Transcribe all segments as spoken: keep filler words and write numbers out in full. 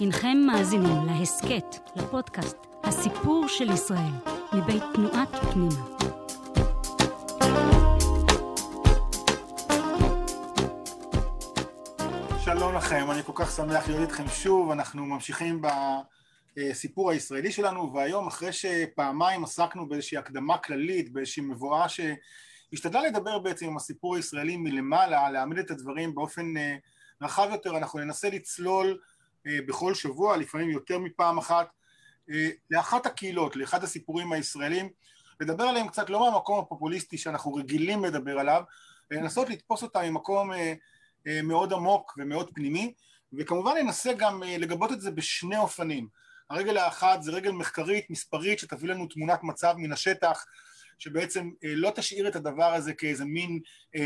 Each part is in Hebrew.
הנכם מאזינים להסכת, לפודקאסט, הסיפור של ישראל, מבית תנועת פנימה. שלום לכם, אני כל כך שמח להיות איתכם שוב. אנחנו ממשיכים בסיפור הישראלי שלנו, והיום אחרי שפעמיים עסקנו באיזושהי הקדמה כללית, באיזושהי מבואה שהשתדלה לדבר בעצם עם הסיפור הישראלי מלמעלה, להעמיד את הדברים באופן רחב יותר, אנחנו ננסה לצלול בכל שבוע, לפעמים יותר מפעם אחת, לאחת הקהילות, לאחד הסיפורים הישראלים, לדבר עליהם קצת לא מהמקום הפופוליסטי שאנחנו רגילים לדבר עליו, לנסות לתפוס אותם ממקום מאוד עמוק ומאוד פנימי, וכמובן ננסה גם לגבות את זה בשני אופנים. הרגל האחת זה רגל מחקרית, מספרית, שתביא לנו תמונת מצב מן השטח, שבעצם לא תשאיר את הדבר הזה כאיזה מין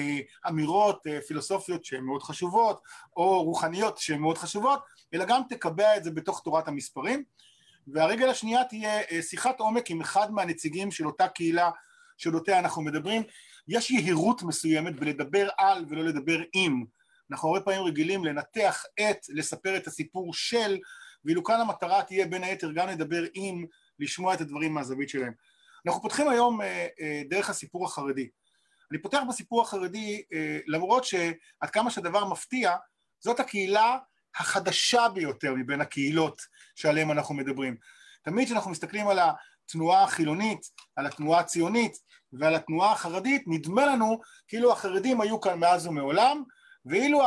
אמירות פילוסופיות שהן מאוד חשובות, או רוחניות שהן מאוד חשובות, אלא גם תקבע את זה בתוך תורת המספרים. והרגל השנייה תהיה שיחת עומק עם אחד מהנציגים של אותה קהילה של אותה אנחנו מדברים. יש יהירות מסוימת בלדבר על ולא לדבר עם. אנחנו הרבה פעמים רגילים לנתח את, לספר את הסיפור של, ואילו כאן המטרה תהיה בין היתר גם לדבר עם, לשמוע את הדברים מהזווית שלהם. אנחנו פותחים היום אה, אה, דרך הסיפור החרדי. אני פותח בסיפור החרדי, אה, למרות שעד כמה שהדבר מפתיע, זאת הקהילה החדשה ביותר מבין הקהילות שעליהן אנחנו מדברים. תמיד כשאנחנו מסתכלים על התנועה החילונית, על התנועה הציונית ועל התנועה החרדית, נדמה לנו כאילו החרדים היו כאן מאז ומעולם, ואילו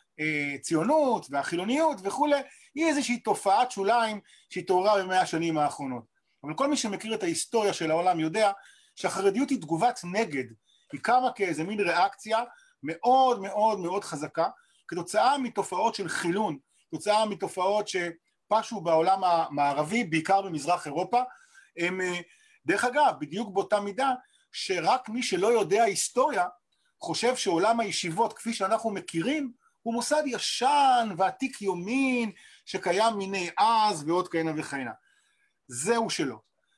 הציונות והחילוניות וכו', היא איזושהי תופעת שוליים שהתעוררה במאה השנים האחרונות. אבל כל מי שמכיר את ההיסטוריה של העולם יודע שהחרדיות היא תגובת נגד, היא קמה כאיזה מין ריאקציה מאוד מאוד מאוד חזקה, כתוצאה מתופעות של חילון, כתוצאה מתופעות שפשו בעולם המערבי, בעיקר במזרח אירופה. הם, דרך אגב, בדיוק באותה מידה, שרק מי שלא יודע היסטוריה, חושב שעולם הישיבות כפי שאנחנו מכירים, הוא מוסד ישן ועתיק יומין, שקיים מיני אז ועוד כהנה וכהנה. זהו שלא.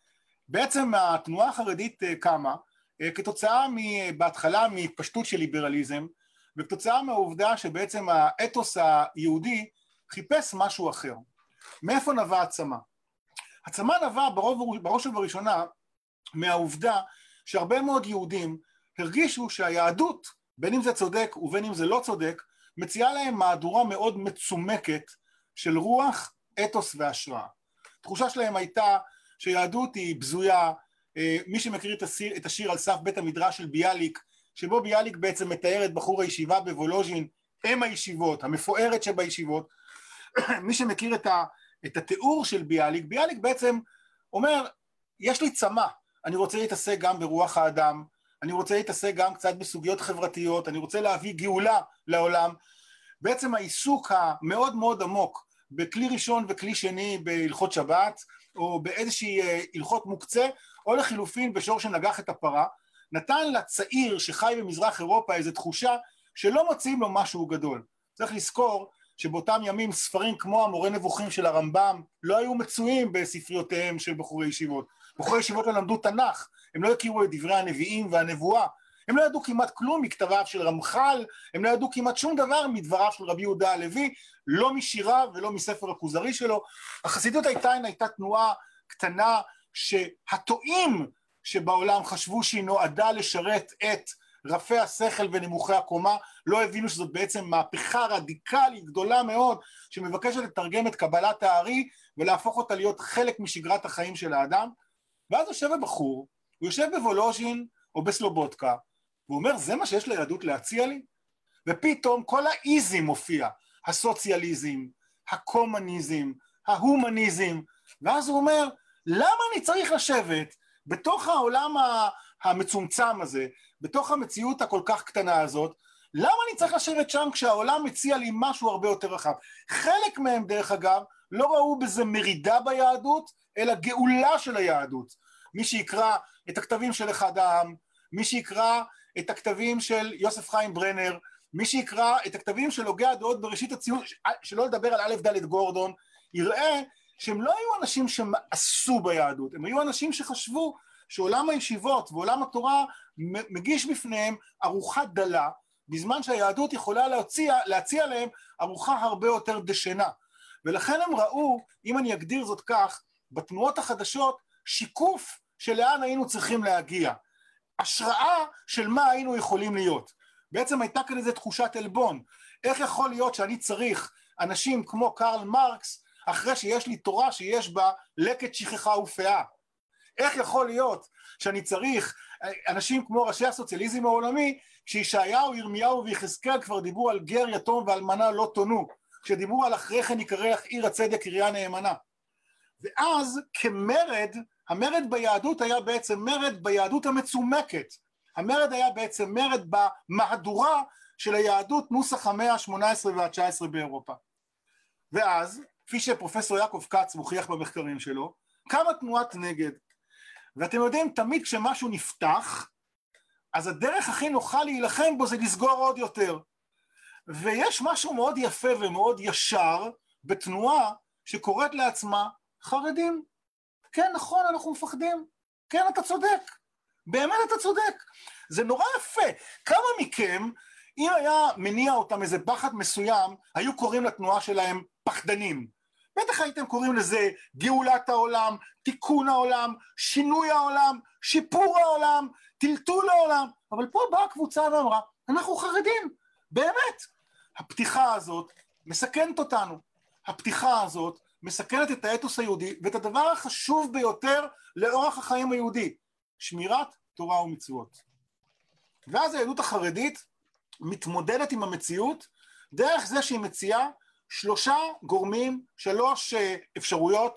בעצם התנועה החרדית קמה, כתוצאה בהתחלה מהתפשטות של ליברליזם, וכתוצאה מהעובדה שבעצם האתוס היהודי חיפש משהו אחר. מאיפה נבע הצמא? הצמא נבע ברוב, בראש ובראשונה מהעובדה שהרבה מאוד יהודים הרגישו שהיהדות, בין אם זה צודק ובין אם זה לא צודק, מציעה להם מהדורה מאוד מצומקת של רוח, אתוס והשראה. התחושה שלהם הייתה שיהדות היא בזויה. מי שמכיר את השיר, את השיר על סף בית המדרש של ביאליק, שבו ביאליק בעצם מתאר את בחור הישיבה בוולוז'ין, אם הישיבות, המפוארת שבישיבות, מי שמכיר את, ה, את התיאור של ביאליק, ביאליק בעצם אומר, יש לי צמא, אני רוצה להתעסק גם ברוח האדם, אני רוצה להתעסק גם קצת בסוגיות חברתיות, אני רוצה להביא גאולה לעולם. בעצם העיסוק המאוד מאוד עמוק בכלי ראשון וכלי שני בהלכות שבת, או באיזושהי הלכות מוקצה, או לחילופין בשור שנגח את הפרה, נתן לצעיר שחי במזרח אירופה איזו תחושה שלא מוצאים לו משהו גדול. צריך לזכור שבאותם ימים ספרים כמו המורה נבוכים של הרמב"ם לא היו מצויים בספריותיהם של בחורי ישיבות. בחורי ישיבות לא למדו תנ"ך, הם לא הכירו את דברי הנביאים והנבואה, הם לא ידעו כמעט כלום מכתביו של רמח"ל, הם לא ידעו כמעט שום דבר מדבריו של רבי יהודה הלוי, לא משיריו ולא מספר הכוזרי שלו. החסידות הייתה, הייתה תנועה קטנה שהטועים שבעולם חשבו שהיא נועדה לשרת את רפי השכל ונמוכי הקומה, לא הבינו שזאת בעצם מהפכה רדיקלית גדולה מאוד, שמבקשת לתרגם את קבלת הארי ולהפוך אותה להיות חלק משגרת החיים של האדם. ואז יושב הבחור, הוא יושב בוולוז'ין או בסלובודקה, והוא אומר, זה מה שיש ליהדות להציע לי? ופתאום כל האיזם מופיע, הסוציאליזם, הקומוניזם, ההומניזם, ואז הוא אומר, למה אני צריך לשבת בתוך העולם המצומצם הזה, בתוך המציאות הכל כך קטנה הזאת, למה אני צריך לשבת שם כשהעולם מציע לי משהו הרבה יותר רחב? חלק מהם דרך אגב לא ראו בזה מרידה ביהדות, אלא גאולה של היהדות. מי שיקרא את הכתבים של אחד העם, מי שיקרא את הכתבים של יוסף חיים ברנר, מי שיקרא את הכתבים של הוגי הדעות בראשית הציונות, שלא לדבר על א' ד' גורדון, יראה שהם לא היו אנשים שמאסו ביהדות, הם היו אנשים שחשבו שעולם הישיבות ועולם התורה מגיש בפניהם ארוחה דלה, בזמן שהיהדות יכולה להציע, להציע להם ארוחה הרבה יותר דשנה. ולכן הם ראו, אם אני אגדיר זאת כך, בתנועות החדשות, שיקוף של לאן היינו צריכים להגיע. השראה של מה היינו יכולים להיות. בעצם הייתה כאן איזו תחושת אלבון. איך יכול להיות שאני צריך אנשים כמו קרל מרקס, אחרי שיש לי תורה שיש בה לקט שכחה ופאה? איך יכול להיות שאני צריך אנשים כמו ראשי הסוציאליזם העולמי, כשישעיהו, ירמיהו ויחזקאל כבר דיברו על גר יתום ואלמנה לא תונו, כשדיברו על אחרי כן יקרא לך עיר הצדק קריה נאמנה. ואז כמרד, המרד ביהדות היה בעצם מרד ביהדות המצומקת, המרד היה בעצם מרד במהדורה של היהדות נוסח המאה ה-שמונה עשרה וה-תשע עשרה באירופה. ואז, כפי שפרופסור יעקב כץ מוכיח במחקרים שלו, קמה תנועת נגד. ואתם יודעים, תמיד כשמשהו נפתח, אז הדרך הכי נוחה להילחם בו זה לסגור עוד יותר. ויש משהו מאוד יפה ומאוד ישר בתנועה שקוראת לעצמה חרדים. כן, נכון, אנחנו מפחדים. כן, אתה צודק. באמת אתה צודק. זה נורא יפה. כמה מכם, אם היה מניע אותם איזה פחד מסוים, היו קוראים לתנועה שלהם פחדנים. בטח הייתם קוראים לזה גאולת העולם, תיקון העולם, שינוי העולם, שיפור העולם, טלטול העולם. אבל פה באה הקבוצה ואמרה, אנחנו חרדים. באמת. הפתיחה הזאת מסכנת אותנו. הפתיחה הזאת מסכנת את האתוס היהודי, ואת הדבר החשוב ביותר לאורח החיים היהודי, שמירת תורה ומצוות. ואז היהדות החרדית מתמודדת עם המציאות, דרך זה שהיא מציעה שלושה גורמים, שלוש אפשרויות,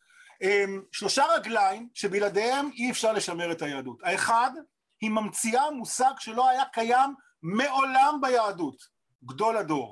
שלושה רגליים שבלעדיהם אי אפשר לשמר את היהדות. האחד, היא ממציאה מושג שלא היה קיים מעולם ביהדות, גדול הדור.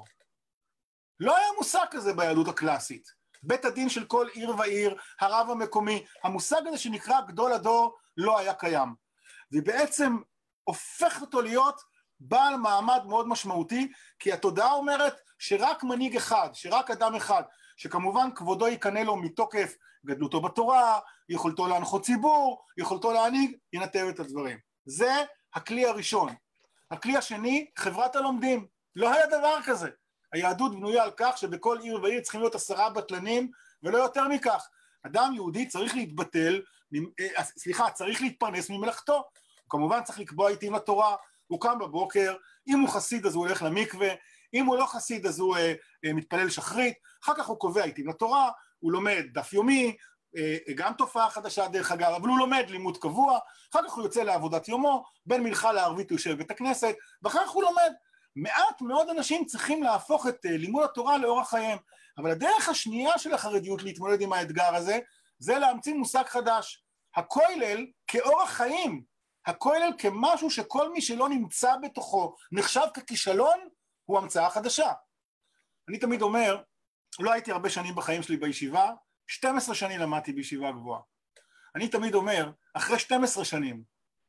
לא היה מושג כזה ביהדות הקלאסית. בית הדין של כל עיר ועיר, הרב המקומי, המושג הזה שנקרא גדול הדור לא היה קיים. ובעצם הופך אותו להיות בעל מעמד מאוד משמעותי, כי התודעה אומרת שרק מנהיג אחד, שרק אדם אחד, שכמובן כבודו יקנה לו מתוקף גדלותו בתורה, יכולתו להנחות ציבור, יכולתו להנהיג, ינתב את הדברים. זה הכלי הראשון. הכלי השני, חברת הלומדים. לא היה דבר כזה. היהדות בנויה על כך שבכל עיר ועיר צריכים להיות עשרה בטלנים, ולא יותר מכך. אדם יהודי צריך להתבטל, סליחה, צריך להתפרנס ממלאכתו. כמובן צריך לקבוע עיתים לתורה, הוא קם בבוקר, אם הוא חסיד אז הוא הולך למקווה, אם הוא לא חסיד אז הוא אה, אה, מתפלל שחרית, אחר כך הוא קובע עיתים לתורה, הוא לומד דף יומי, אה, גם תופעה חדשה דרך אגב, אבל הוא לומד לימוד קבוע, אחר כך הוא יוצא לעבודת יומו, בין מלכה לערבית הוא יושב בבית הכנסת, ואחר כך הוא לומד. מעט מאוד אנשים צריכים להפוך את אה, לימוד התורה לאורח חייהם, אבל הדרך השנייה של החרדיות להתמודד עם האתגר הזה, זה להמציא מושג חדש, הכולל כאורח חיים, הכולל כמשהו שכל מי שלא נמצא בתוכו נחשב ככישלון, הוא המצאה חדשה. אני תמיד אומר, לא הייתי הרבה שנים בחיים שלי בישיבה, שתים עשרה שנים למדתי בישיבה גבוהה. אני תמיד אומר, אחרי שתים עשרה שנים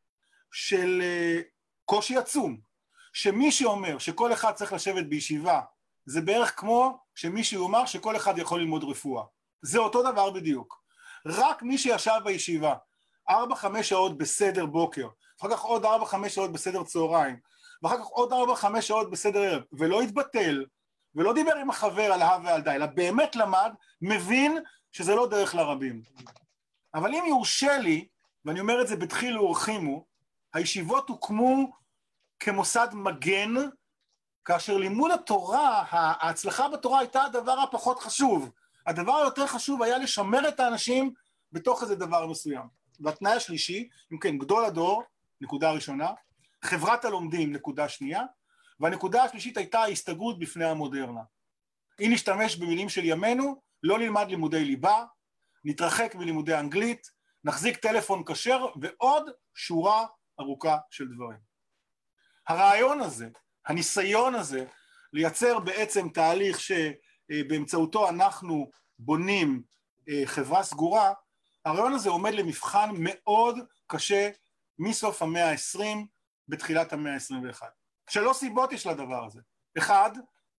של uh, קושי עצום, שמי שאומר שכל אחד צריך לשבת בישיבה, זה בערך כמו שמישהו אומר שכל אחד יכול ללמוד רפואה. זה אותו דבר בדיוק. רק מי שישב בישיבה, ארבע חמש שעות בסדר בוקר, אחר כך עוד ארבע חמש שעות בסדר צהריים, ואחר כך עוד ארבע חמש שעות בסדר ערב, ולא התבטל, ולא דיבר עם החבר על הא ועל די, אלא באמת למד, מבין שזה לא דרך לרבים. אבל אם יורשה לי, ואני אומר את זה בתחיל ורחימו, הישיבות הוקמו כמוסד מגן, כאשר לימוד התורה, ההצלחה בתורה הייתה הדבר הפחות חשוב. הדבר היותר חשוב היה לשמר את האנשים בתוך איזה דבר מסוים. והתנאי השלישי, אם כן, גדול הדור, נקודה ראשונה, חברת הלומדים, נקודה שנייה, והנקודה השלישית הייתה ההסתגרות בפני המודרנה. אם נשתמש במילים של ימינו, לא נלמד לימודי ליבה, נתרחק מלימודי אנגלית, נחזיק טלפון כשר, ועוד שורה ארוכה של דברים. הרעיון הזה, הניסיון הזה, לייצר בעצם תהליך שבאמצעותו אנחנו בונים חברה סגורה, הרעיון הזה עומד למבחן מאוד קשה מסוף המאה ה-עשרים בתחילת המאה ה-עשרים ואחת. שלוש סיבות יש לדבר הזה. אחד,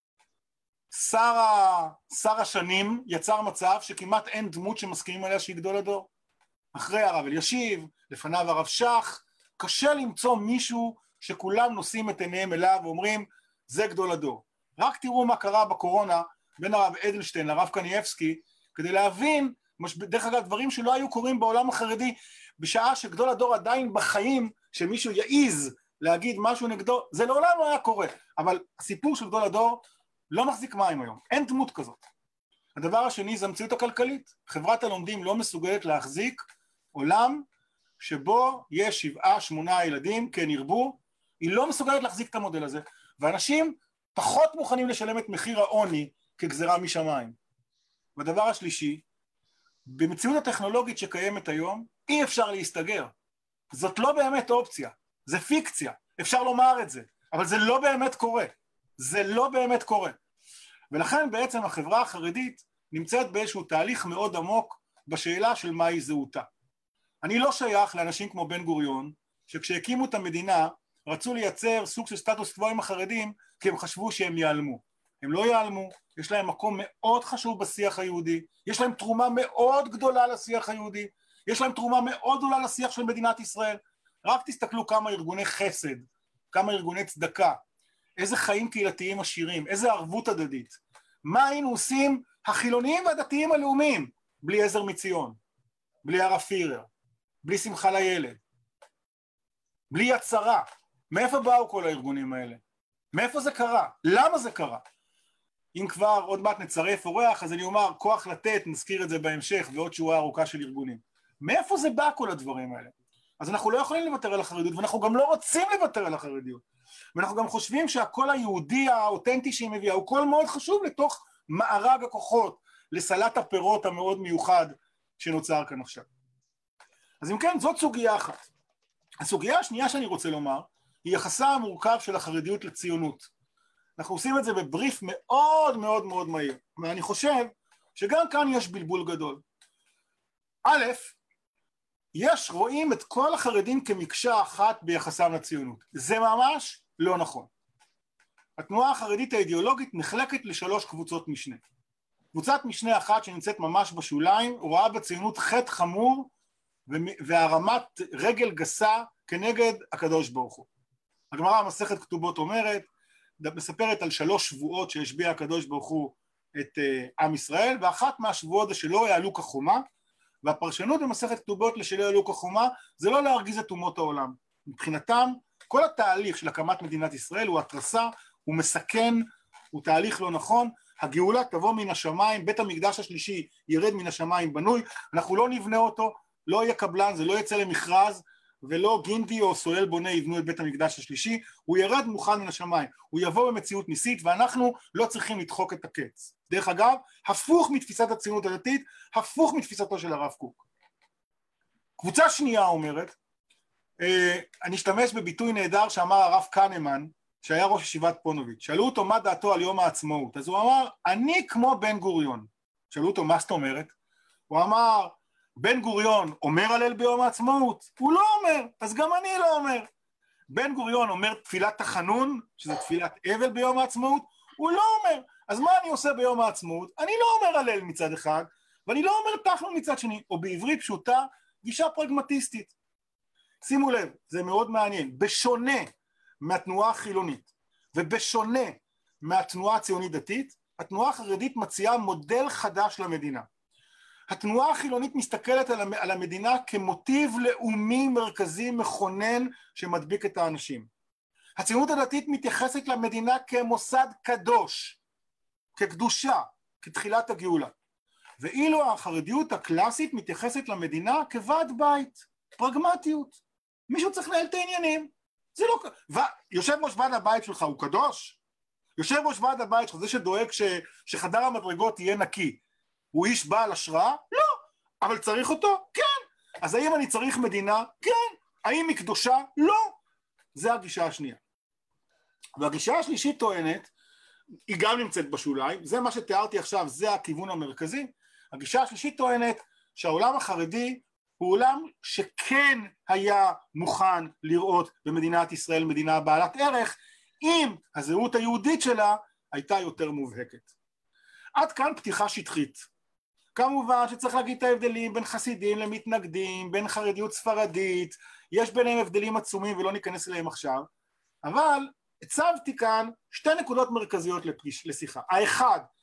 שר, ה... שר השנים יצר מצב שכמעט אין דמות שמסכימים עליה שהיא גדול הדור. אחרי הרב אלישיב, לפניו הרב שך, קשה למצוא מישהו שכולם נושאים את עיניהם אליו ואומרים, זה גדול הדור. רק תראו מה קרה בקורונה בין הרב אדלשטיין לרב קניאבסקי, כדי להבין, דרך אגב, דברים שלא היו קורים בעולם החרדי, בשעה שגדול הדור עדיין בחיים, שמישהו יעיז להגיד משהו נגדו, זה לעולם לא היה קורה, אבל הסיפור של גדול הדור לא מחזיק מים היום, אין דמות כזאת. הדבר השני זה המציאות הכלכלית, חברת הלומדים לא מסוגלת להחזיק עולם שבו יש שבעה, שמונה ילדים, כן ירבו, היא לא מסוגלת להחזיק את המודל הזה, ואנשים פחות מוכנים לשלם את מחיר העוני כגזרה משמיים. והדבר השלישי, במציאות הטכנולוגית שקיימת היום, אי אפשר להסתגר. זאת לא באמת אופציה, זה פיקציה, אפשר לומר את זה, אבל זה לא באמת קורה. זה לא באמת קורה. ולכן בעצם החברה החרדית נמצאת באיזשהו תהליך מאוד עמוק בשאלה של מהי זהותה. אני לא שייך לאנשים כמו בן גוריון, שכשהקימו את המדינה, רצו לייצר סוג של סטטוס קוו עם החרדים, כי הם חשבו שהם ייעלמו. הם לא ייעלמו, יש להם מקום מאוד חשוב בשיח היהודי, יש להם תרומה מאוד גדולה לשיח היהודי, יש להם תרומה מאוד גדולה לשיח של מדינת ישראל. רק תסתכלו כמה ארגוני חסד, כמה ארגוני צדקה, איזה חיים קהילתיים עשירים, איזה ערבות הדדית. מה היינו עושים החילוניים והדתיים הלאומיים, בלי עזר מציון, בלי הרב פירר, בלי שמחה לילד, בלי יד שרה. מאיפה באו כל הארגונים האלה? מאיפה זה קרה? למה זה קרה? אם כבר עוד מעט נצרף אורח, אז אני אומר, כוח לתת, נזכיר את זה בהמשך, ועוד שורה ארוכה של ארגונים. מאיפה זה בא כל הדברים האלה? אז אנחנו לא יכולים לוותר על החרדיות, ואנחנו גם לא רוצים לוותר על החרדיות. ואנחנו גם חושבים שהקול היהודי האותנטי שהיא מביאה, הוא קול מאוד חשוב לתוך מארג הכוחות, לסלט הפירות המאוד מיוחד שנוצר כאן עכשיו. אז אם כן, זאת סוגיה אחת. הסוגיה השנייה שאני רוצה לומר, היא יחסה המורכב של החרדיות לציונות. אנחנו עושים את זה בבריף מאוד מאוד מאוד מהיר, ואני חושב שגם כאן יש בלבול גדול. א', יש, רואים את כל החרדים כמקשה אחת ביחסם לציונות. זה ממש לא נכון. התנועה החרדית האידיאולוגית נחלקת לשלוש קבוצות משנה. קבוצת משנה אחת שנמצאת ממש בשוליים, רואה בציונות חטא חמור והרמת רגל גסה כנגד הקדוש ברוך הוא. הגמרא מסכת כתובות אומרת, מספרת על שלוש שבועות שהשביע הקדוש ברוך הוא את uh, עם ישראל, ואחת מהשבועות זה שלא יעלו כחומה, והפרשנות במסכת כתובות לשלא יעלו כחומה זה לא להרגיז את אומות העולם. מבחינתם כל התהליך של הקמת מדינת ישראל הוא התרסה, הוא מסכן, הוא תהליך לא נכון. הגאולה תבוא מן השמיים, בית המקדש השלישי ירד מן השמיים בנוי, אנחנו לא נבנה אותו, לא יהיה קבלן, זה לא יצא למכרז, ולא גינדי או סואל בונה יבנו את בית המקדש השלישי, הוא ירד מוכן מן השמיים, הוא יבוא במציאות ניסית, ואנחנו לא צריכים לדחוק את הקץ. דרך אגב, הפוך מתפיסת הציונות הדתית, הפוך מתפיסתו של הרב קוק. קבוצה שנייה אומרת, אני אשתמש בביטוי נהדר שאמר הרב קנמן, שהיה ראש ישיבת פונוביץ', שאלו אותו מה דעתו על יום העצמאות, אז הוא אמר, אני כמו בן גוריון. שאלו אותו, מה זאת אומרת? הוא אמר, בן גוריון אומר הלל ביום העצמאות? הוא לא אומר, אז גם אני לא אומר. בן גוריון אומר תפילת תחנון, שזה תפילת אבל ביום העצמאות? הוא לא אומר. אז מה אני עושה ביום העצמאות? אני לא אומר הלל מצד אחד, ואני לא אומר תחנון מצד שני, או בעברית פשוטה, גישה פרגמטיסטית. שימו לב, זה מאוד מעניין, בשונה מהתנועה החילונית, ובשונה מהתנועה הציונית דתית, התנועה החרדית מציעה מודל חדש למדינה. התנועה החילונית מסתכלת על המדינה כמוטיב לאומי מרכזי מכונן שמדביק את האנשים. הציונות הדתית מתייחסת למדינה כמוסד קדוש, כקדושה, כתחילת הגאולה. ואילו החרדיות הקלאסית מתייחסת למדינה כוועד בית, פרגמטיות. מישהו צריך לנהל את העניינים. זה לא... ו... יושב ראש ועד הבית שלך הוא קדוש? יושב ראש ועד הבית שלך, זה שדואג ש... שחדר המדרגות יהיה נקי, הוא איש בעל השראה? לא. אבל צריך אותו? כן. אז האם אני צריך מדינה? כן. האם היא קדושה? לא. זה הגישה השנייה. והגישה השלישית טוענת, היא גם נמצאת בשוליים, זה מה שתיארתי עכשיו, זה הכיוון המרכזי. הגישה השלישית טוענת שהעולם החרדי הוא עולם שכן היה מוכן לראות במדינת ישראל מדינה בעלת ערך, אם הזהות היהודית שלה הייתה יותר מובהקת. עד כאן פתיחה שטחית. כמובן שצריך להגיד את ההבדלים בין חסידים למתנגדים, בין חרדיות ספרדית, יש ביניהם הבדלים עצומים ולא ניכנס אליהם עכשיו, אבל הצבתי כאן שתי נקודות מרכזיות לפגיש, לשיחה. האחד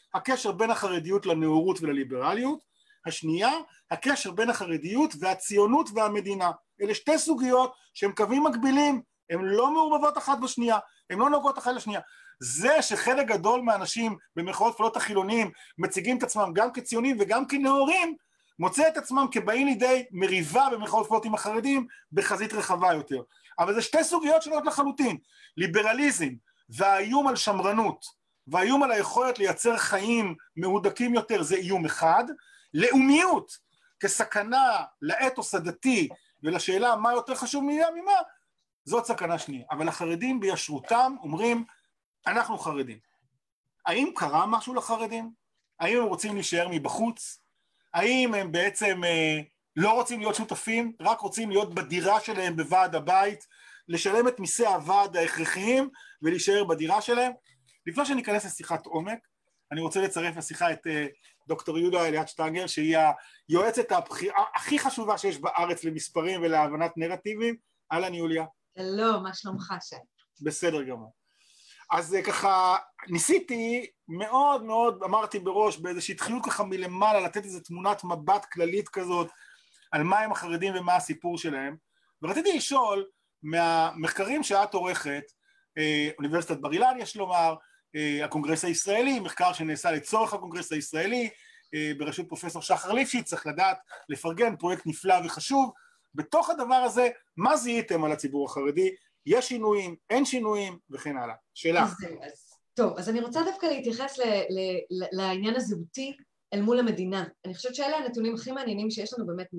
הקשר בין החרדיות לנאורות ולליברליות, השנייה, הקשר בין החרדיות והציונות והמדינה. אלה שתי סוגיות שהם קווים מקבילים, הן לא מעורבבות אחת בשנייה, הן לא נוגעות אחת לשנייה. זה שחלק גדול מהאנשים במרכאות כפולות החילונים מציגים את עצמם גם כציונים וגם כנאורים, מוצא את עצמם כבאים לידי מריבה במרכאות כפולות עם החרדים בחזית רחבה יותר. אבל זה שתי סוגיות שונות לחלוטין, ליברליזם והאיום על שמרנות, והאיום על היכולת לייצר חיים מהודקים יותר זה איום אחד, לאומיות כסכנה לאתוס הדתי ולשאלה מה יותר חשוב ממה ממה, זאת סכנה שנייה. אבל החרדים בישרותם אומרים, אנחנו חרדים. האם קרה משהו לחרדים? האם הם רוצים להישאר מבחוץ? האם הם בעצם אה, לא רוצים להיות שותפים, רק רוצים להיות בדירה שלהם בוועד הבית, לשלם את מיסי הוועד ההכרחיים ולהישאר בדירה שלהם? לפני שניכנס לשיחת עומק, אני רוצה לצרף לשיחה את אה, דוקטור יהודה אליעד שטנגר, שהיא היועצת הבחיר, הכי חשובה שיש בארץ למספרים ולהבנת נרטיבים. אהלן יוליה. לא, מה שלומך שי? בסדר גמור. אז ככה ניסיתי מאוד מאוד, אמרתי בראש, באיזושהי תחיות ככה מלמעלה, לתת איזו תמונת מבט כללית כזאת, על מה הם החרדים ומה הסיפור שלהם, ורציתי לשאול, מהמחקרים שאת עורכת, אוניברסיטת בר אילן יש לומר, הקונגרס הישראלי, מחקר שנעשה לצורך הקונגרס הישראלי, בראשות פרופסור שחר ליפשיץ, צריך לדעת, לפרגן, פרויקט נפלא וחשוב, בתוך הדבר הזה, מה זיהיתם על הציבור החרדי? יש שינויים, אין שינויים, וכן הלאה. שאלה. אז, אז, טוב, אז אני רוצה דווקא להתייחס ל, ל, ל, לעניין הזהותי אל מול המדינה. אני חושבת שאלה הנתונים הכי מעניינים שיש לנו באמת,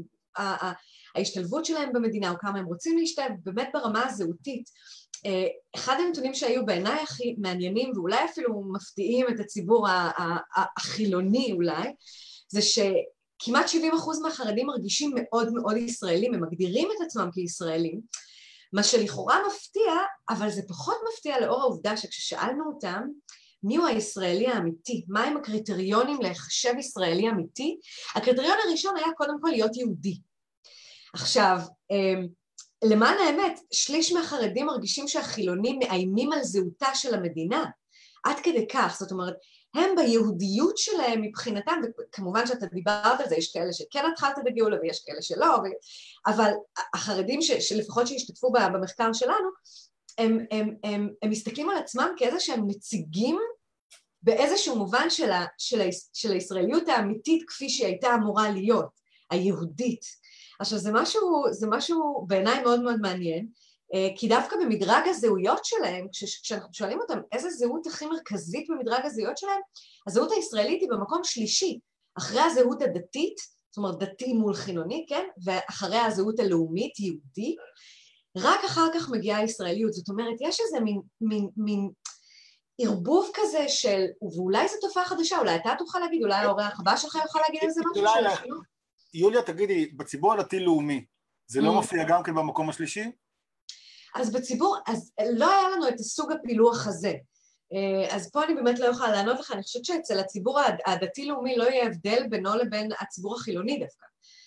ההשתלבות שלהם במדינה, או כמה הם רוצים להשתלב, באמת ברמה הזהותית. אחד הנתונים שהיו בעיניי הכי מעניינים, ואולי אפילו מפתיעים את הציבור החילוני אולי, זה שכמעט שבעים אחוז מהחרדים מרגישים מאוד מאוד ישראלים, הם מגדירים את עצמם כישראלים, מה שלכאורה מפתיע, אבל זה פחות מפתיע לאור העובדה שכששאלנו אותם, מיהו הישראלי האמיתי? מהם הקריטריונים להיחשב ישראלי אמיתי? הקריטריון הראשון היה קודם כל להיות יהודי. עכשיו, למען האמת, שליש מהחרדים מרגישים שהחילונים מאיימים על זהותה של המדינה, עד כדי כך, זאת אומרת, הם ביהודיות שלהם מבחינתם, וכמובן שאתה דיברת על זה, יש כאלה שכן התחלת בגאולה ויש כאלה שלא, ו... אבל החרדים ש... שלפחות שהשתתפו במחקר שלנו, הם, הם, הם, הם מסתכלים על עצמם כאיזה שהם מציגים באיזשהו מובן של, ה... של, ה... של הישראליות האמיתית כפי שהיא הייתה אמורה להיות, היהודית. עכשיו זה משהו, זה משהו בעיניי מאוד מאוד מעניין, כי דווקא במדרג הזהויות שלהם, כשאנחנו שואלים אותם איזה זהות הכי מרכזית במדרג הזהויות שלהם, הזהות הישראלית היא במקום שלישי, אחרי הזהות הדתית, זאת אומרת דתי מול חילוני, כן? ואחרי הזהות הלאומית, יהודי, רק אחר כך מגיעה הישראליות, זאת אומרת, יש איזה מין, מין, מין ערבוב כזה של, ואולי זו תופעה חדשה, אולי אתה תוכל להגיד, אולי האורח הבא שלך יוכל להגיד על זה משהו. יוליה, תגידי, בציבור הדתי-לאומי, זה לא מופיע גם כן במקום השלישי? אז בציבור, אז לא היה לנו את הסוג הפילוח הזה. אז פה אני באמת לא יכולה לענות לך, אני חושבת שאצל הציבור הדתי-לאומי לא יהיה הבדל בינו לבין הציבור החילוני דווקא,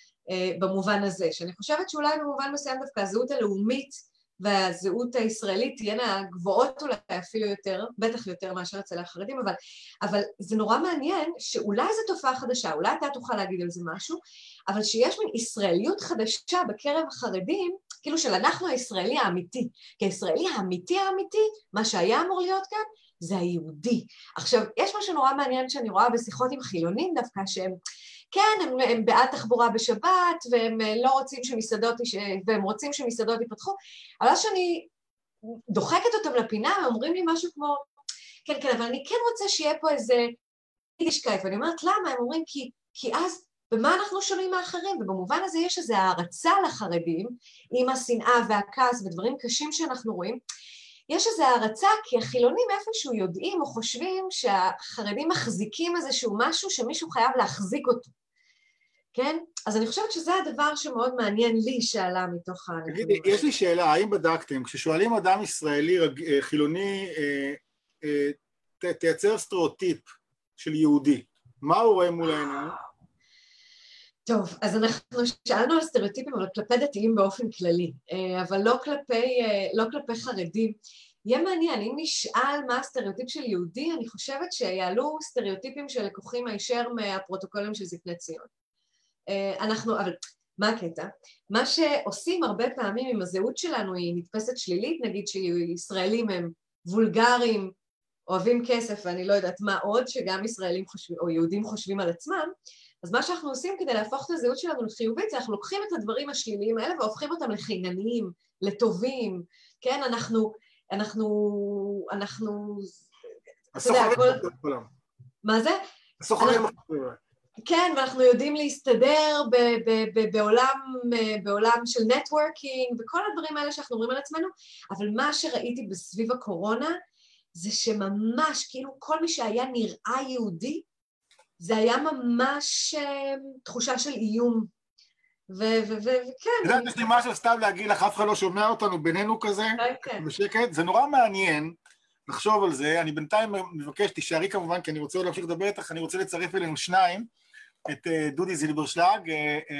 במובן הזה, שאני חושבת שאולי במובן מסוים דווקא הזהות הלאומית והזהות הישראלית תהיינה גבוהות אולי אפילו יותר, בטח יותר מאשר אצל החרדים, אבל, אבל זה נורא מעניין שאולי זו תופעה חדשה, אולי אתה תוכל להגיד על זה משהו, אבל שיש מין ישראליות חדשה בקרב החרדים, כאילו של אנחנו הישראלי האמיתי, כי הישראלי האמיתי האמיתי, מה שהיה אמור להיות כאן, זה היהודי. עכשיו, יש משהו נורא מעניין שאני רואה בשיחות עם חילונים דווקא, שהם, כן, הם, הם בעד תחבורה בשבת, והם לא רוצים שמסעדות, והם רוצים שמסעדות ייפתחו, אבל שאני דוחקת אותם לפינה, הם אומרים לי משהו כמו, כן, כן, אבל אני כן רוצה שיהיה פה איזה יידישקייט, ואני אומרת, למה? הם אומרים, כי, כי אז, במה אנחנו שונים מאחרים? ובמובן הזה יש איזו הערצה לחרדים, עם השנאה והכעס ודברים קשים שאנחנו רואים, יש איזו הערצה, כי החילונים איפשהו יודעים או חושבים שהחרדים מחזיקים איזשהו משהו שמישהו חייב להחזיק אותו. כן? אז אני חושבת שזה הדבר שמאוד מעניין לי שעלה מתוך הנתונים. תגידי, יש לי שאלה, האם בדקתם, כששואלים אדם ישראלי חילוני, תייצר סטריאוטיפ של יהודי, מה הוא רואה מול העיניים? טוב, אז אנחנו שאלנו על סטריאוטיפים, אבל כלפי דתיים באופן כללי, אבל לא כלפי, לא כלפי חרדים. יהיה מעניין, אם נשאל מה הסטריאוטיפ של יהודי, אני חושבת שיעלו סטריאוטיפים שלקוחים הישר מהפרוטוקולים של זקני ציון. אנחנו, אבל מה הקטע? מה שעושים הרבה פעמים עם הזהות שלנו היא נתפסת שלילית, נגיד שישראלים הם וולגרים, אוהבים כסף ואני לא יודעת מה עוד, שגם ישראלים חושבים, או יהודים חושבים על עצמם, אז מה שאנחנו עושים כדי להפוך את הזהות שלנו לחיובית, זה אנחנו לוקחים את הדברים השליליים האלה והופכים אותם לחינניים, לטובים, כן? אנחנו, אנחנו, אנחנו, אתה יודע, כל... מה זה? הסוחרים. כן, ואנחנו יודעים להסתדר ב- ב- ב- בעולם, בעולם של נטוורקינג, וכל הדברים האלה שאנחנו אומרים על עצמנו, אבל מה שראיתי בסביב הקורונה, זה שממש, כאילו, כל מי שהיה נראה יהודי, זה היה ממש תחושה של איום. וכן. יודעת, יש לי משהו סתם להגיד לך, אף אחד לא שומע אותנו בינינו כזה, בשקט, זה נורא מעניין לחשוב על זה, אני בינתיים מבקש, תישארי כמובן, כי אני רוצה עוד להמשיך לדבר איתך, אני רוצה לצרף אלינו שניים, את דודי זילברשלג,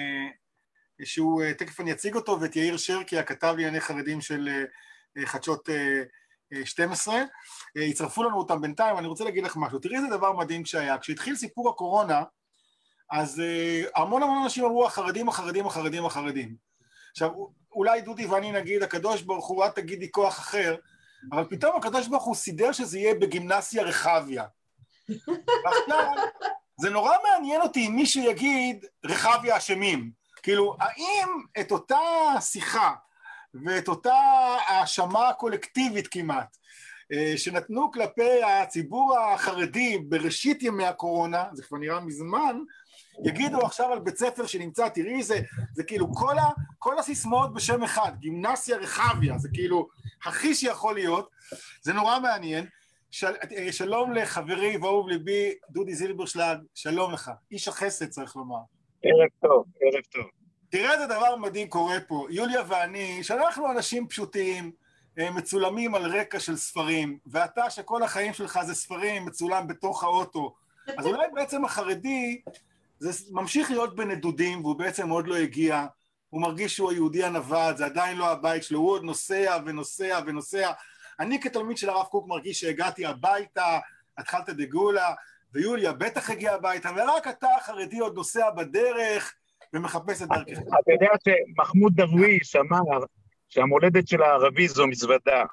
שהוא, תכף אני אציג אותו, ואת יאיר שרקי, הכתב לענייני חרדים של חדשות שתים עשרה, יצרפו לנו אותם בינתיים, אני רוצה להגיד לך משהו, תראי איזה דבר מדהים שהיה, כשהתחיל סיפור הקורונה, אז המון המון אנשים אמרו, החרדים, החרדים, החרדים, החרדים. עכשיו, אולי דודי ואני נגיד, הקדוש ברוך הוא, את תגידי כוח אחר, אבל פתאום הקדוש ברוך הוא סידר שזה יהיה בגימנסיה רחביה. ועכשיו, זה נורא מעניין אותי אם מישהו יגיד, רחביה אשמים. כאילו, האם את אותה שיחה, ואת אותה האשמה הקולקטיבית כמעט, שנתנו כלפי הציבור החרדי בראשית ימי הקורונה, זה כבר נראה מזמן, יגידו עכשיו על בית ספר שנמצא, תראי, זה, זה כאילו כל, ה, כל הסיסמאות בשם אחד, גימנסיה רחביה, זה כאילו הכי שיכול להיות, זה נורא מעניין. של, שלום לחברי ואהוב ליבי, דודי זילברשלג, שלום לך, איש החסד צריך לומר. ערב טוב, ערב טוב. תראה איזה דבר מדהים קורה פה, יוליה ואני, שאנחנו אנשים פשוטים, מצולמים על רקע של ספרים, ואתה שכל החיים שלך זה ספרים, מצולם בתוך האוטו, אז אולי בעצם החרדי, זה ממשיך להיות בנדודים, והוא בעצם עוד לא הגיע, הוא מרגיש שהוא היהודי הנווד, זה עדיין לא הבית שלו, הוא עוד נוסע ונוסע ונוסע. אני כתלמיד של הרב קוק מרגיש שהגעתי הביתה, התחלת דגולה, ויוליה בטח הגיעה הביתה, ורק אתה החרדי עוד נוסע בדרך, ומחפש את דרכך. אתה יודע שמחמוד דרוויש אמר שהמולדת של הערבי זו מזוודה.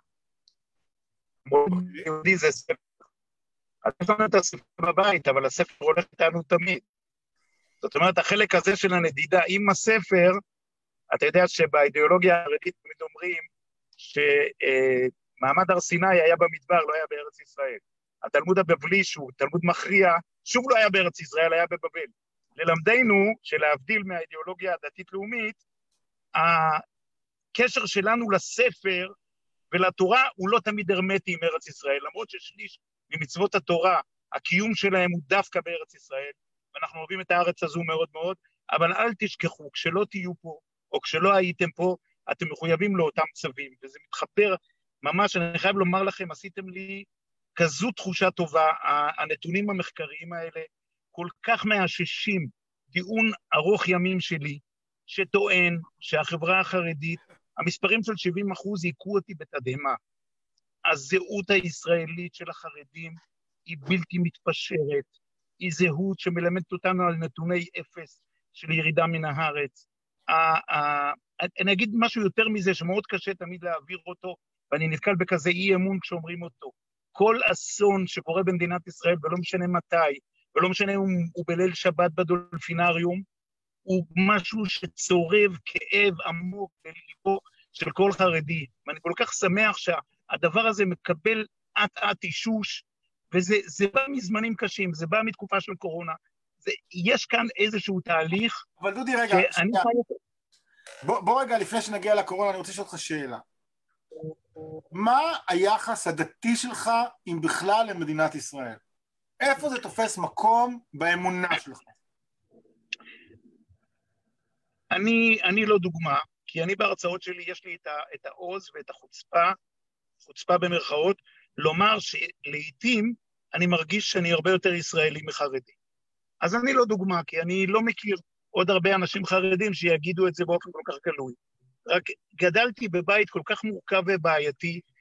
המולדת היהודי זה ספר. אז יש לנו את הספר בבית, אבל הספר הולך איתנו תמיד. זאת אומרת, החלק הזה של הנדידה עם הספר, אתה יודע שבאידיאולוגיה החרדית תמיד אומרים שמעמד הר סיני היה במדבר, לא היה בארץ ישראל. התלמוד הבבלי, שהוא תלמוד מכריע, שוב לא היה בארץ ישראל, היה בבבל. ללמדנו, שלהבדיל מהאידיאולוגיה הדתית-לאומית, הקשר שלנו לספר ולתורה הוא לא תמיד הרמטי עם ארץ ישראל, למרות ששליש ממצוות התורה, הקיום שלהם הוא דווקא בארץ ישראל, ואנחנו אוהבים את הארץ הזו מאוד מאוד, אבל אל תשכחו, כשלא תהיו פה, או כשלא הייתם פה, אתם מחויבים לאותם צווים, וזה מתחבר ממש, אני חייב לומר לכם, עשיתם לי כזו תחושה טובה, הנתונים המחקריים האלה, כל כך מאששים טיעון ארוך ימים שלי, שטוען שהחברה החרדית, המספרים של שבעים אחוז יקרו אותי בתדהמה. הזהות הישראלית של החרדים היא בלתי מתפשרת, היא זהות שמלמדת אותנו על נתוני אפס של ירידה מן הארץ. אני אגיד משהו יותר מזה שמאוד קשה תמיד להעביר אותו, ואני נתקל בכזה אי אמון כשאומרים אותו. כל אסון שקורה במדינת ישראל, ולא משנה מתי, ולא משנה אם הוא בליל שבת בדולפינריום, הוא משהו שצורב כאב עמוק בליבו של כל חרדי. ואני כל כך שמח שהדבר הזה מקבל עט-עט אישוש, וזה בא מזמנים קשים, זה בא מתקופה של קורונה. זה, יש כאן איזשהו תהליך... אבל דודי, רגע, שנייה. בוא, בוא רגע, לפני שנגיע לקורונה, אני רוצה לשאול אותך שאלה. מה היחס הדתי שלך, אם בכלל, למדינת ישראל? איפה זה תופס מקום באמונה שלך? אני, אני לא דוגמה, כי אני בהרצאות שלי, יש לי את, ה, את העוז ואת החוצפה, חוצפה במרכאות, לומר שלעיתים אני מרגיש שאני הרבה יותר ישראלי מחרדי. אז אני לא דוגמה, כי אני לא מכיר עוד הרבה אנשים חרדים שיגידו את זה באופן כל כך גלוי. רק גדלתי בבית כל כך מורכב ובעייתי,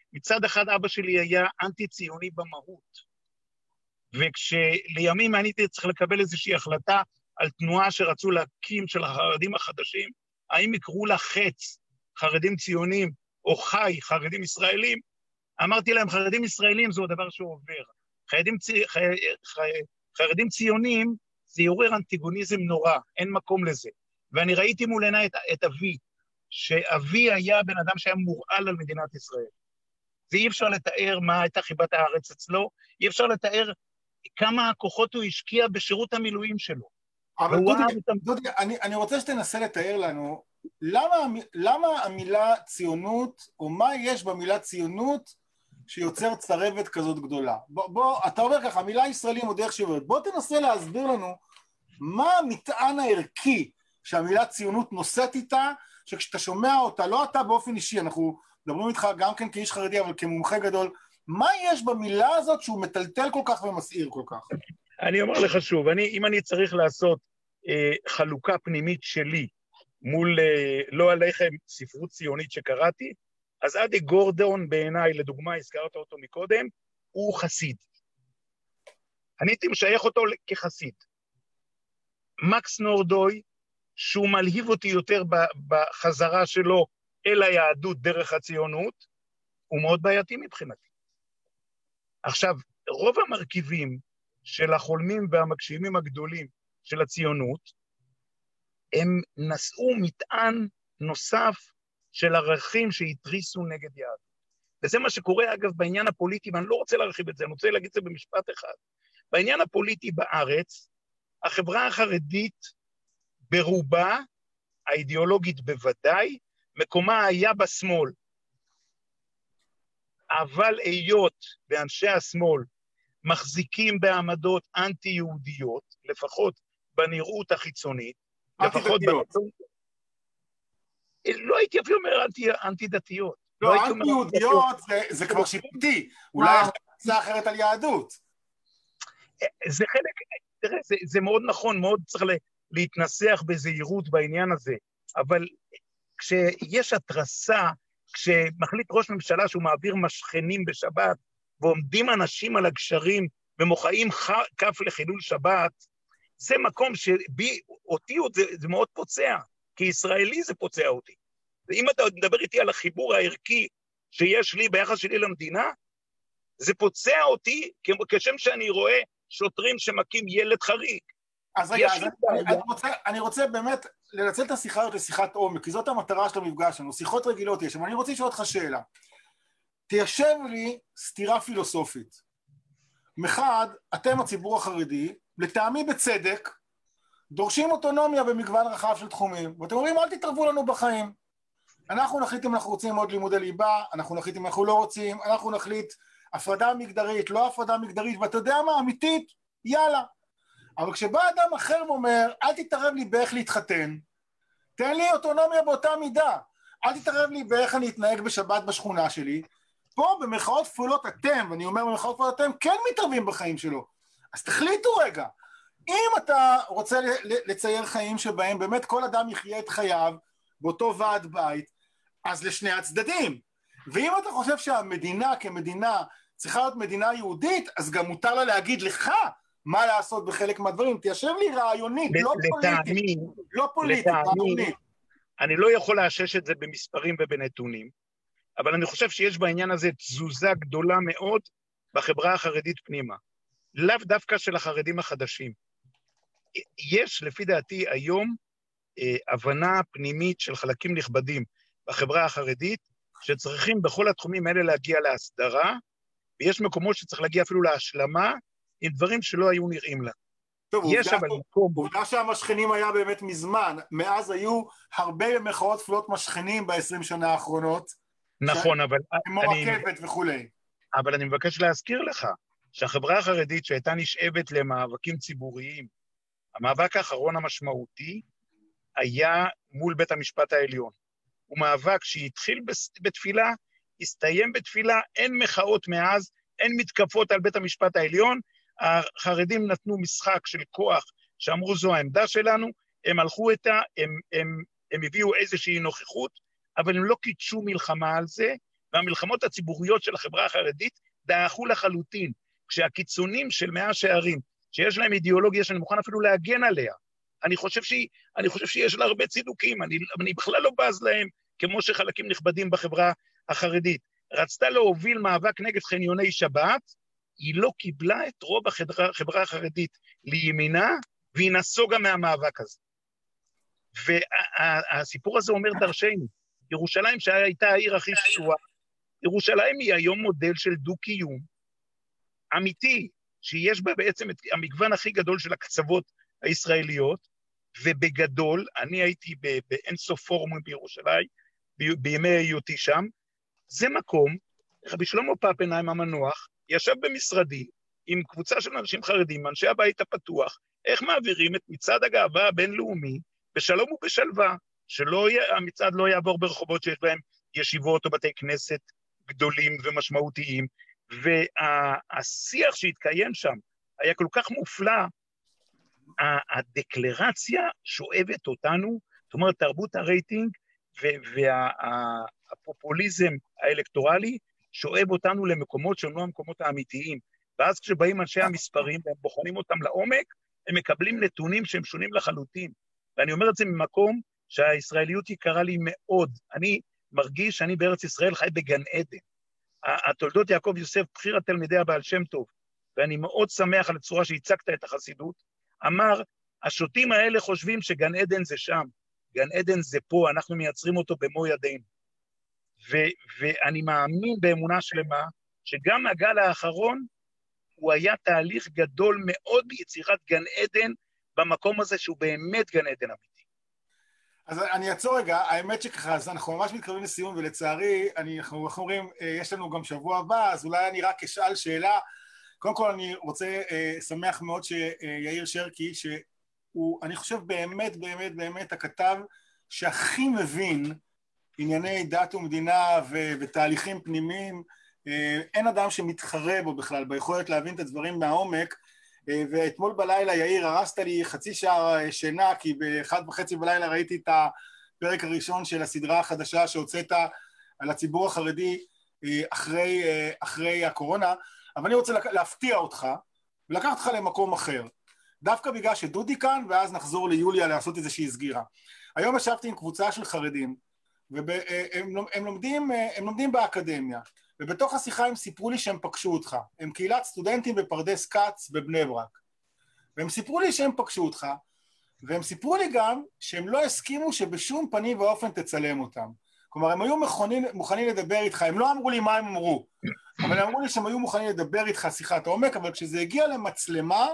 מצד אחד אבא שלי היה אנטי-ציוני במהות, וכשלימים אני הייתי צריך לקבל איזושהי החלטה על תנועה שרצו להקים של החרדים החדשים, האם יקראו לה חץ, חרדים ציונים, או חי, חרדים ישראלים, אמרתי להם, חרדים ישראלים זה הדבר שעובר. חרדים, צי... ח... ח... חרדים ציונים זה יעורר אנטיגוניזם נורא, אין מקום לזה. ואני ראיתי מול עיניי את, את אבי, שאבי היה בן אדם שהיה מורעל על מדינת ישראל. זה אי אפשר לתאר מה הייתה חיבת הארץ אצלו, אי אפשר לתאר כמה הכוחות הוא השקיע בשירות המילואים שלו. אבל דודי, דודי אני, אני רוצה שתנסה לתאר לנו, למה, למה המילה ציונות, או מה יש במילה ציונות שיוצר צרבת כזאת גדולה? בוא, בוא, אתה אומר ככה, המילה ישראלים עוד איך שעוברת, בוא תנסה להסביר לנו מה המטען הערכי שהמילה ציונות נושאת איתה, שכשאתה שומע אותה, לא אתה באופן אישי, אנחנו מדברים איתך גם כן כאיש חרדי, אבל כמומחה גדול, מה יש במילה הזאת שהוא מטלטל כל כך ומסעיר כל כך? אני אומר לך שוב, אני, אם אני צריך לעשות אה, חלוקה פנימית שלי, מול אה, לא עליכם ספרות ציונית שקראתי, אז אדי גורדון בעיניי, לדוגמה, הזכרת אותו מקודם, הוא חסיד. אני הייתי משייך אותו כחסיד. מקס נורדוי, שהוא מלהיב אותי יותר בחזרה שלו אל היהדות דרך הציונות, הוא מאוד בעייתי מבחינתי. עכשיו, רוב המרכיבים של החולמים והמגשימים הגדולים של הציונות, הם נשאו מטען נוסף של ערכים שהתריסו נגד יהדות. וזה מה שקורה אגב בעניין הפוליטי, ואני לא רוצה להרחיב את זה, אני רוצה להגיד את זה במשפט אחד. בעניין הפוליטי בארץ, החברה החרדית ברובה, האידיאולוגית בוודאי, מקומה היה בשמאל. אבל היות ואנשי השמאל מחזיקים בעמדות אנטי-יהודיות, לפחות בנראות החיצונית, לפחות ברצון... לא הייתי אפילו אומר אנטי-דתיות. לא, אנטי-יהודיות זה כבר שיפוטי, אולי יש תפיסה אחרת על יהדות. זה חלק, תראה, זה מאוד נכון, מאוד צריך להתנסח בזהירות בעניין הזה, אבל כשיש התרסה, כשמחליט ראש ממשלה שהוא מעביר משכנים בשבת, ועומדים אנשים על הגשרים ומוחאים כף לחילול שבת, זה מקום שבי, אותי זה, זה מאוד פוצע, כי ישראלי זה פוצע אותי. ואם אתה מדבר איתי על החיבור הערכי שיש לי ביחס שלי למדינה, זה פוצע אותי כשם שאני רואה שוטרים שמכים ילד חריג. אז רגע, אז אני, אני, רוצה, אני רוצה באמת לנצל את השיחה הזאת לשיחת עומק, כי זאת המטרה של המפגש שלנו, שיחות רגילות יש, אבל אני רוצה לשאול אותך שאלה. תיישב לי סתירה פילוסופית. מחד, אתם הציבור החרדי, לטעמי בצדק, דורשים אוטונומיה במגוון רחב של תחומים, ואתם אומרים, אל תתערבו לנו בחיים. אנחנו נחליט אם אנחנו רוצים עוד לימודי ליבה, אנחנו נחליט אם אנחנו לא רוצים, אנחנו נחליט הפרדה מגדרית, לא הפרדה מגדרית, ואתה יודע מה, אמיתית, יאללה. אבל כשבא אדם אחר ואומר, אל תתערב לי באיך להתחתן, תן לי אוטונומיה באותה מידה, אל תתערב לי באיך אני אתנהג בשבת בשכונה שלי, פה במרכאות כפולות אתם, ואני אומר במרכאות כפולות אתם, כן מתערבים בחיים שלו. אז תחליטו רגע, אם אתה רוצה לצייר חיים שבהם באמת כל אדם יחיה את חייו באותו ועד בית, אז לשני הצדדים. ואם אתה חושב שהמדינה כמדינה צריכה להיות מדינה יהודית, אז גם מותר לה להגיד לך מה לעשות בחלק מהדברים. תיישב לי רעיונית, לא פוליטית. לא פוליטית, רעיונית. אני לא יכול לאשש את זה במספרים ובנתונים, אבל אני חושב שיש בעניין הזה תזוזה גדולה מאוד בחברה החרדית פנימה. לאו דווקא של החרדים החדשים. יש, לפי דעתי, היום אה, הבנה פנימית של חלקים נכבדים בחברה החרדית, שצריכים בכל התחומים האלה להגיע להסדרה, ויש מקומות שצריך להגיע אפילו להשלמה, עם דברים שלא היו נראים לה. טוב, יש עובדה, אבל מקום... עובדה שהמשכנים היה באמת מזמן, מאז היו הרבה במחאות כפולות משכנים ב-עשרים שנה האחרונות. נכון, ש... אבל... כמו אני... רכבת וכולי. אבל אני מבקש להזכיר לך, שהחברה החרדית שהייתה נשאבת למאבקים ציבוריים, המאבק האחרון המשמעותי היה מול בית המשפט העליון. הוא מאבק שהתחיל בתפילה, הסתיים בתפילה, אין מחאות מאז, אין מתקפות על בית המשפט העליון, החרדים נתנו משחק של כוח שאמרו זו העמדה שלנו, הם הלכו איתה, הם, הם, הם הביאו איזושהי נוכחות, אבל הם לא קידשו מלחמה על זה, והמלחמות הציבוריות של החברה החרדית דעכו לחלוטין, כשהקיצונים של מאה שערים, שיש להם אידיאולוגיה שאני מוכן אפילו להגן עליה, אני חושב, שהיא, אני חושב שיש לה הרבה צידוקים, אני, אני בכלל לא בז להם, כמו שחלקים נכבדים בחברה החרדית. רצתה להוביל מאבק נגד חניוני שבת, היא לא קיבלה את רוב החברה, החברה החרדית לימינה, והיא נסוגה מהמאבק הזה. והסיפור הזה אומר דרשני, ירושלים שהייתה העיר הכי שסועה, ירושלים היא היום מודל של דו-קיום אמיתי, שיש בה בעצם את המגוון הכי גדול של הקצוות הישראליות, ובגדול, אני הייתי באינסוף פורומים בירושלים, בימי היותי שם, זה מקום, רבי שלמה פפנהיים המנוח, ישב במשרדי עם קבוצה של אנשים חרדים, אנשי הבית הפתוח, איך מעבירים את מצעד הגאווה הבינלאומי בשלום ובשלווה, שלא המצעד לא יעבור ברחובות שיש בהם ישיבות או בתי כנסת גדולים ומשמעותיים, והשיח שהתקיים שם היה כל כך מופלא, הדקלרציה שואבת אותנו, זאת אומרת, תרבות הרייטינג והפופוליזם האלקטורלי שואב אותנו למקומות שהם לא המקומות האמיתיים, ואז כשבאים אנשי המספרים והם בוחנים אותם לעומק, הם מקבלים נתונים שהם שונים לחלוטין, ואני אומר את זה ממקום שהישראליות יקרה לי מאוד, אני מרגיש שאני בארץ ישראל חי בגן עדן, התולדות יעקב יוסף, בחיר התלמידי הבעל שם טוב, ואני מאוד שמח על הצורה שהצגת את החסידות, אמר, השוטים האלה חושבים שגן עדן זה שם, גן עדן זה פה, אנחנו מייצרים אותו במו ידינו. ו- ואני מאמין באמונה שלמה, שגם הגל האחרון, הוא היה תהליך גדול מאוד ביצירת גן עדן, במקום הזה שהוא באמת גן עדן אמיתי. אז אני אעצור רגע, האמת שככה, אז אנחנו ממש מתקרבים לסיום, ולצערי, אני, אנחנו אומרים, יש לנו גם שבוע הבא, אז אולי אני רק אשאל שאלה, קודם כל אני רוצה, שמח מאוד שיאיר שרקי, שהוא, אני חושב באמת, באמת, באמת, הכתב שהכי מבין ענייני דת ומדינה ותהליכים פנימיים, אין אדם שמתחרה בו בכלל, ביכולת להבין את הדברים מהעומק, ואתמול בלילה, יאיר, הרסת לי חצי שעה שינה, כי באחד וחצי בלילה ראיתי את הפרק הראשון של הסדרה החדשה שהוצאת על הציבור החרדי אחרי, אחרי הקורונה, אבל אני רוצה להפתיע אותך, ולקח אותך למקום אחר, דווקא בגלל שדודי כאן, ואז נחזור ליוליה לעשות איזושהי סגירה. היום ישבתי עם קבוצה של חרדים, והם הם לומדים, הם לומדים באקדמיה, ובתוך השיחה הם סיפרו לי שהם פגשו אותך, הם קהילת סטודנטים בפרדס כץ בבני ברק, והם סיפרו לי שהם פגשו אותך, והם סיפרו לי גם שהם לא הסכימו שבשום פנים ואופן תצלם אותם, כלומר הם היו מוכנים, מוכנים לדבר איתך, הם לא אמרו לי מה הם אמרו, אבל הם אמרו לי שהם היו מוכנים לדבר איתך שיחת עומק, אבל כשזה הגיע למצלמה,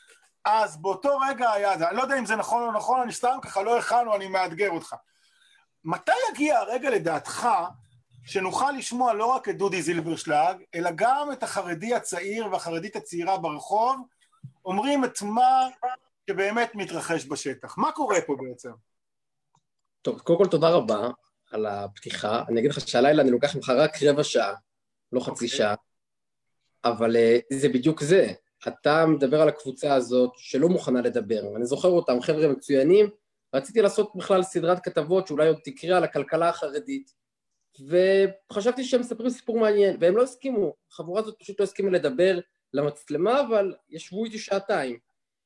אז באותו רגע היה זה, אני לא יודע אם זה נכון או נכון, אני סתם ככה לא הכנו, אני מאתגר אותך. מתי יגיע הרגע לדעתך, שנוכל לשמוע לא רק את דודי זילברשלג, אלא גם את החרדי הצעיר והחרדית הצעירה ברחוב, אומרים את מה שבאמת מתרחש בשטח. מה קורה פה בעצם? טוב, קודם כל תודה רבה על הפתיחה. אני אגיד לך שהלילה אני לוקח ממך רק רבע שעה, לא חצי שעה, אבל זה בדיוק זה. אתה מדבר על הקבוצה הזאת שלא מוכנה לדבר. אני זוכר אותם, חבר'ה מצוינים, רציתי לעשות בכלל סדרת כתבות שאולי עוד תקרא על הכלכלה החרדית, וחשבתי שהם מספרים סיפור מעניין, והם לא הסכימו, החבורה הזאת פשוט לא הסכימה לדבר למצלמה, אבל ישבו איתי שעתיים.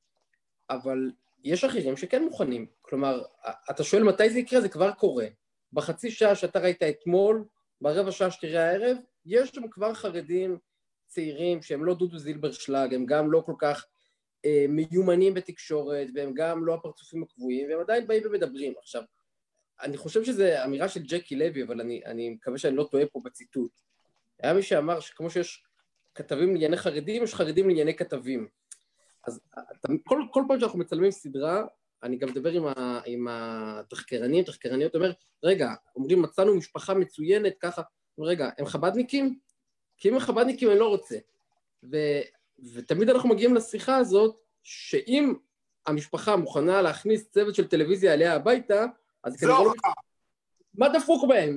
אבל יש אחרים שכן מוכנים, כלומר, אתה שואל מתי זה יקרה, זה כבר קורה. בחצי שעה שאתה ראית אתמול, ברבע שעה שתראה הערב, יש שם כבר חרדים צעירים שהם לא דודו זילברשלג, הם גם לא כל כך אה, מיומנים בתקשורת, והם גם לא הפרצופים הקבועים, והם עדיין באים ומדברים. עכשיו, אני חושב שזו אמירה של ג'קי לוי, אבל אני, אני מקווה שאני לא טועה פה בציטוט. היה מי שאמר שכמו שיש כתבים לענייני חרדים, יש חרדים לענייני כתבים. אז אתה, כל, כל פעם שאנחנו מצלמים סדרה, אני גם מדבר עם, ה, עם התחקרנים, תחקרניות, אומר, רגע, אומרים, מצאנו משפחה מצוינת, ככה, רגע, הם חבדניקים? כי אם הם חבדניקים אני לא רוצה. ו, ותמיד אנחנו מגיעים לשיחה הזאת, שאם המשפחה מוכנה להכניס צוות של טלוויזיה עליה הביתה, אז כנראה לא... מה דפוק בהם?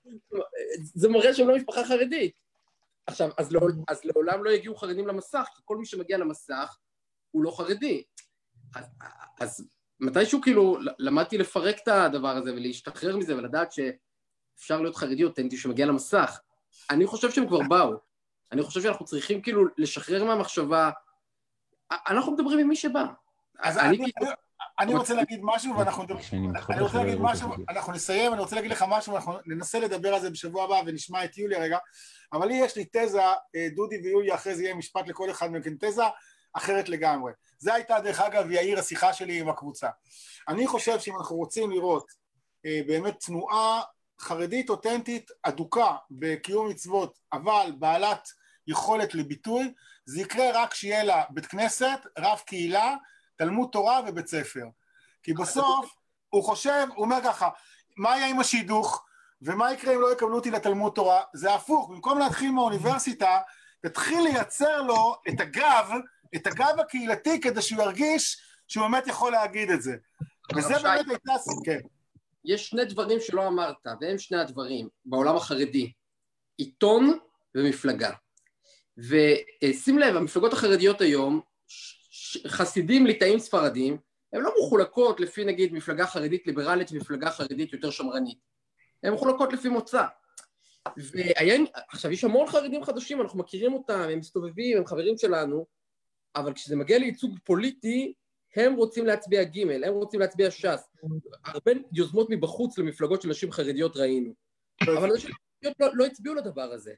זה מראה שהם לא משפחה חרדית. עכשיו, אז, לא, אז לעולם לא יגיעו חרדים למסך, כי כל מי שמגיע למסך הוא לא חרדי. אז, אז מתישהו כאילו למדתי לפרק את הדבר הזה ולהשתחרר מזה ולדעת שאפשר להיות חרדי אותנטי שמגיע למסך. אני חושב שהם כבר באו. אני חושב שאנחנו צריכים כאילו לשחרר מהמחשבה, אנחנו מדברים עם מי שבא. אז אני, אני, אני, אני רוצה להגיד משהו, ואנחנו אני רוצה להגיד משהו, אנחנו נסיים, אני רוצה להגיד לך משהו, ואנחנו ננסה לדבר על זה בשבוע הבא, ונשמע את יוליה רגע, אבל לי יש לי תזה, דודי ויוליה, אחרי זה יהיה משפט לכל אחד מכן, תזה אחרת לגמרי. זה הייתה דרך אגב יאיר השיחה שלי עם הקבוצה. אני חושב שאם אנחנו רוצים לראות באמת תנועה חרדית אותנטית אדוקה בקיום מצוות, אבל בעלת יכולת לביטוי, זה יקרה רק שיהיה לה בית כנסת, רב קהילה, תלמוד תורה ובית ספר. כי בסוף הוא חושב, הוא אומר ככה, מה יהיה עם השידוך, ומה יקרה אם לא יקבלו אותי לתלמוד תורה? זה הפוך, במקום להתחיל מהאוניברסיטה, תתחיל לייצר לו את הגב, את הגב הקהילתי, כדי שהוא ירגיש שהוא באמת יכול להגיד את זה. וזה באמת הייתה... כן. יש שני דברים שלא אמרת, והם שני הדברים, בעולם החרדי, עיתון ומפלגה. ושים לב, המפלגות החרדיות היום, חסידים ליטאים ספרדים, הן לא מחולקות לפי נגיד מפלגה חרדית ליברלית ומפלגה חרדית יותר שמרנית. הן מחולקות לפי מוצא. והיין, עכשיו יש המון חרדים חדשים, אנחנו מכירים אותם, הם מסתובבים, הם חברים שלנו, אבל כשזה מגיע לייצוג פוליטי, הם רוצים להצביע ג', הם רוצים להצביע ש"ס. הרבה יוזמות מבחוץ למפלגות של נשים חרדיות ראינו. אבל אנשים חרדיות לא, לא הצביעו לדבר הזה.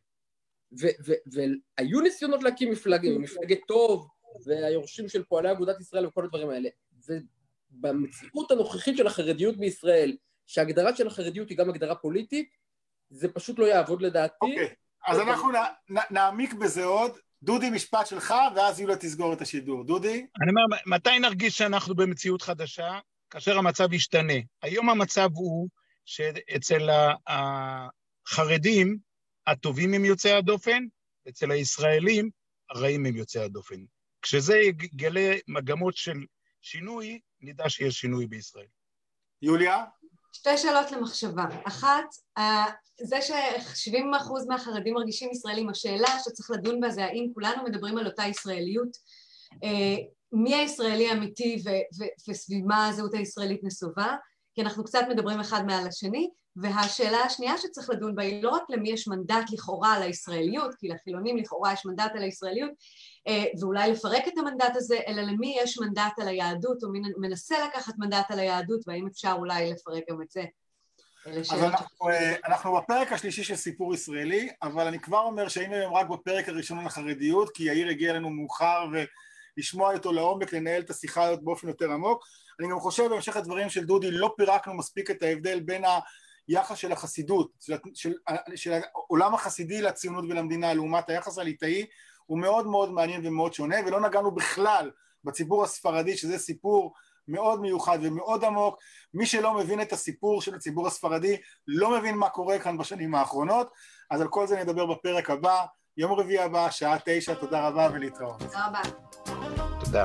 והיו ניסיונות להקים מפלגים, מפלגי טוב, והיורשים של פועלי אגודת ישראל וכל הדברים האלה. ובמציאות הנוכחית של החרדיות בישראל, שההגדרה של החרדיות היא גם הגדרה פוליטית, זה פשוט לא יעבוד לדעתי. אוקיי, אז אנחנו נעמיק בזה עוד. דודי, משפט שלך, ואז יוליה תסגור את השידור. דודי? אני אומר, מתי נרגיש שאנחנו במציאות חדשה? כאשר המצב ישתנה. היום המצב הוא שאצל החרדים, הטובים הם יוצאי הדופן, אצל הישראלים, הרעים הם יוצאי הדופן. כשזה יגלה מגמות של שינוי, נדע שיש שינוי בישראל. יוליה? שתי שאלות למחשבה. אחת, זה ש-שבעים אחוז מהחרדים מרגישים ישראלים, השאלה שצריך לדון בה זה האם כולנו מדברים על אותה ישראליות, מי הישראלי האמיתי וסביב מה הזהות הישראלית נסובה, כי אנחנו קצת מדברים אחד מעל השני, והשאלה השנייה שצריך לדון בה היא לא רק למי יש מנדט לכאורה על הישראליות, כי לחילונים לכאורה יש מנדט על הישראליות, ואולי לפרק את המנדט הזה, אלא למי יש מנדט על היהדות, או מי מנסה לקחת מנדט על היהדות, והאם אפשר אולי לפרק גם את זה. אז אנחנו, אנחנו בפרק השלישי של סיפור ישראלי, אבל אני כבר אומר שהיינו היום רק בפרק הראשון על החרדיות, כי יאיר הגיע לנו מאוחר ולשמוע אותו לעומק, לנהל את השיחה הזאת באופן יותר עמוק. אני גם חושב בהמשך הדברים של דודי, לא פירקנו מספיק את ההבדל בין היחס של החסידות, של, של, של העולם החסידי לציונות ולמדינה, לעומת היחס הליטאי, הוא מאוד מאוד מעניין ומאוד שונה, ולא נגענו בכלל בציבור הספרדי, שזה סיפור מאוד מיוחד ומאוד עמוק. מי שלא מבין את הסיפור של הציבור הספרדי, לא מבין מה קורה כאן בשנים האחרונות, אז על כל זה נדבר בפרק הבא, יום רביעי הבא, שעה תשע, תודה רבה ולהתראות. תודה רבה. תודה.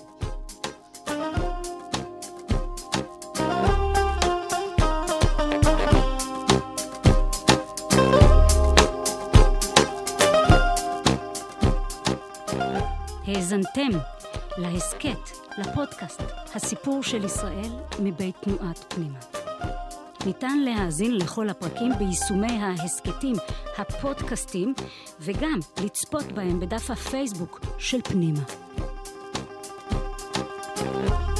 האזנתם להסכת, לפודקאסט, הסיפור של ישראל מבית תנועת פנימה. ניתן להאזין לכל הפרקים ביישומי ההסכתים, הפודקאסטים, וגם לצפות בהם בדף הפייסבוק של פנימה.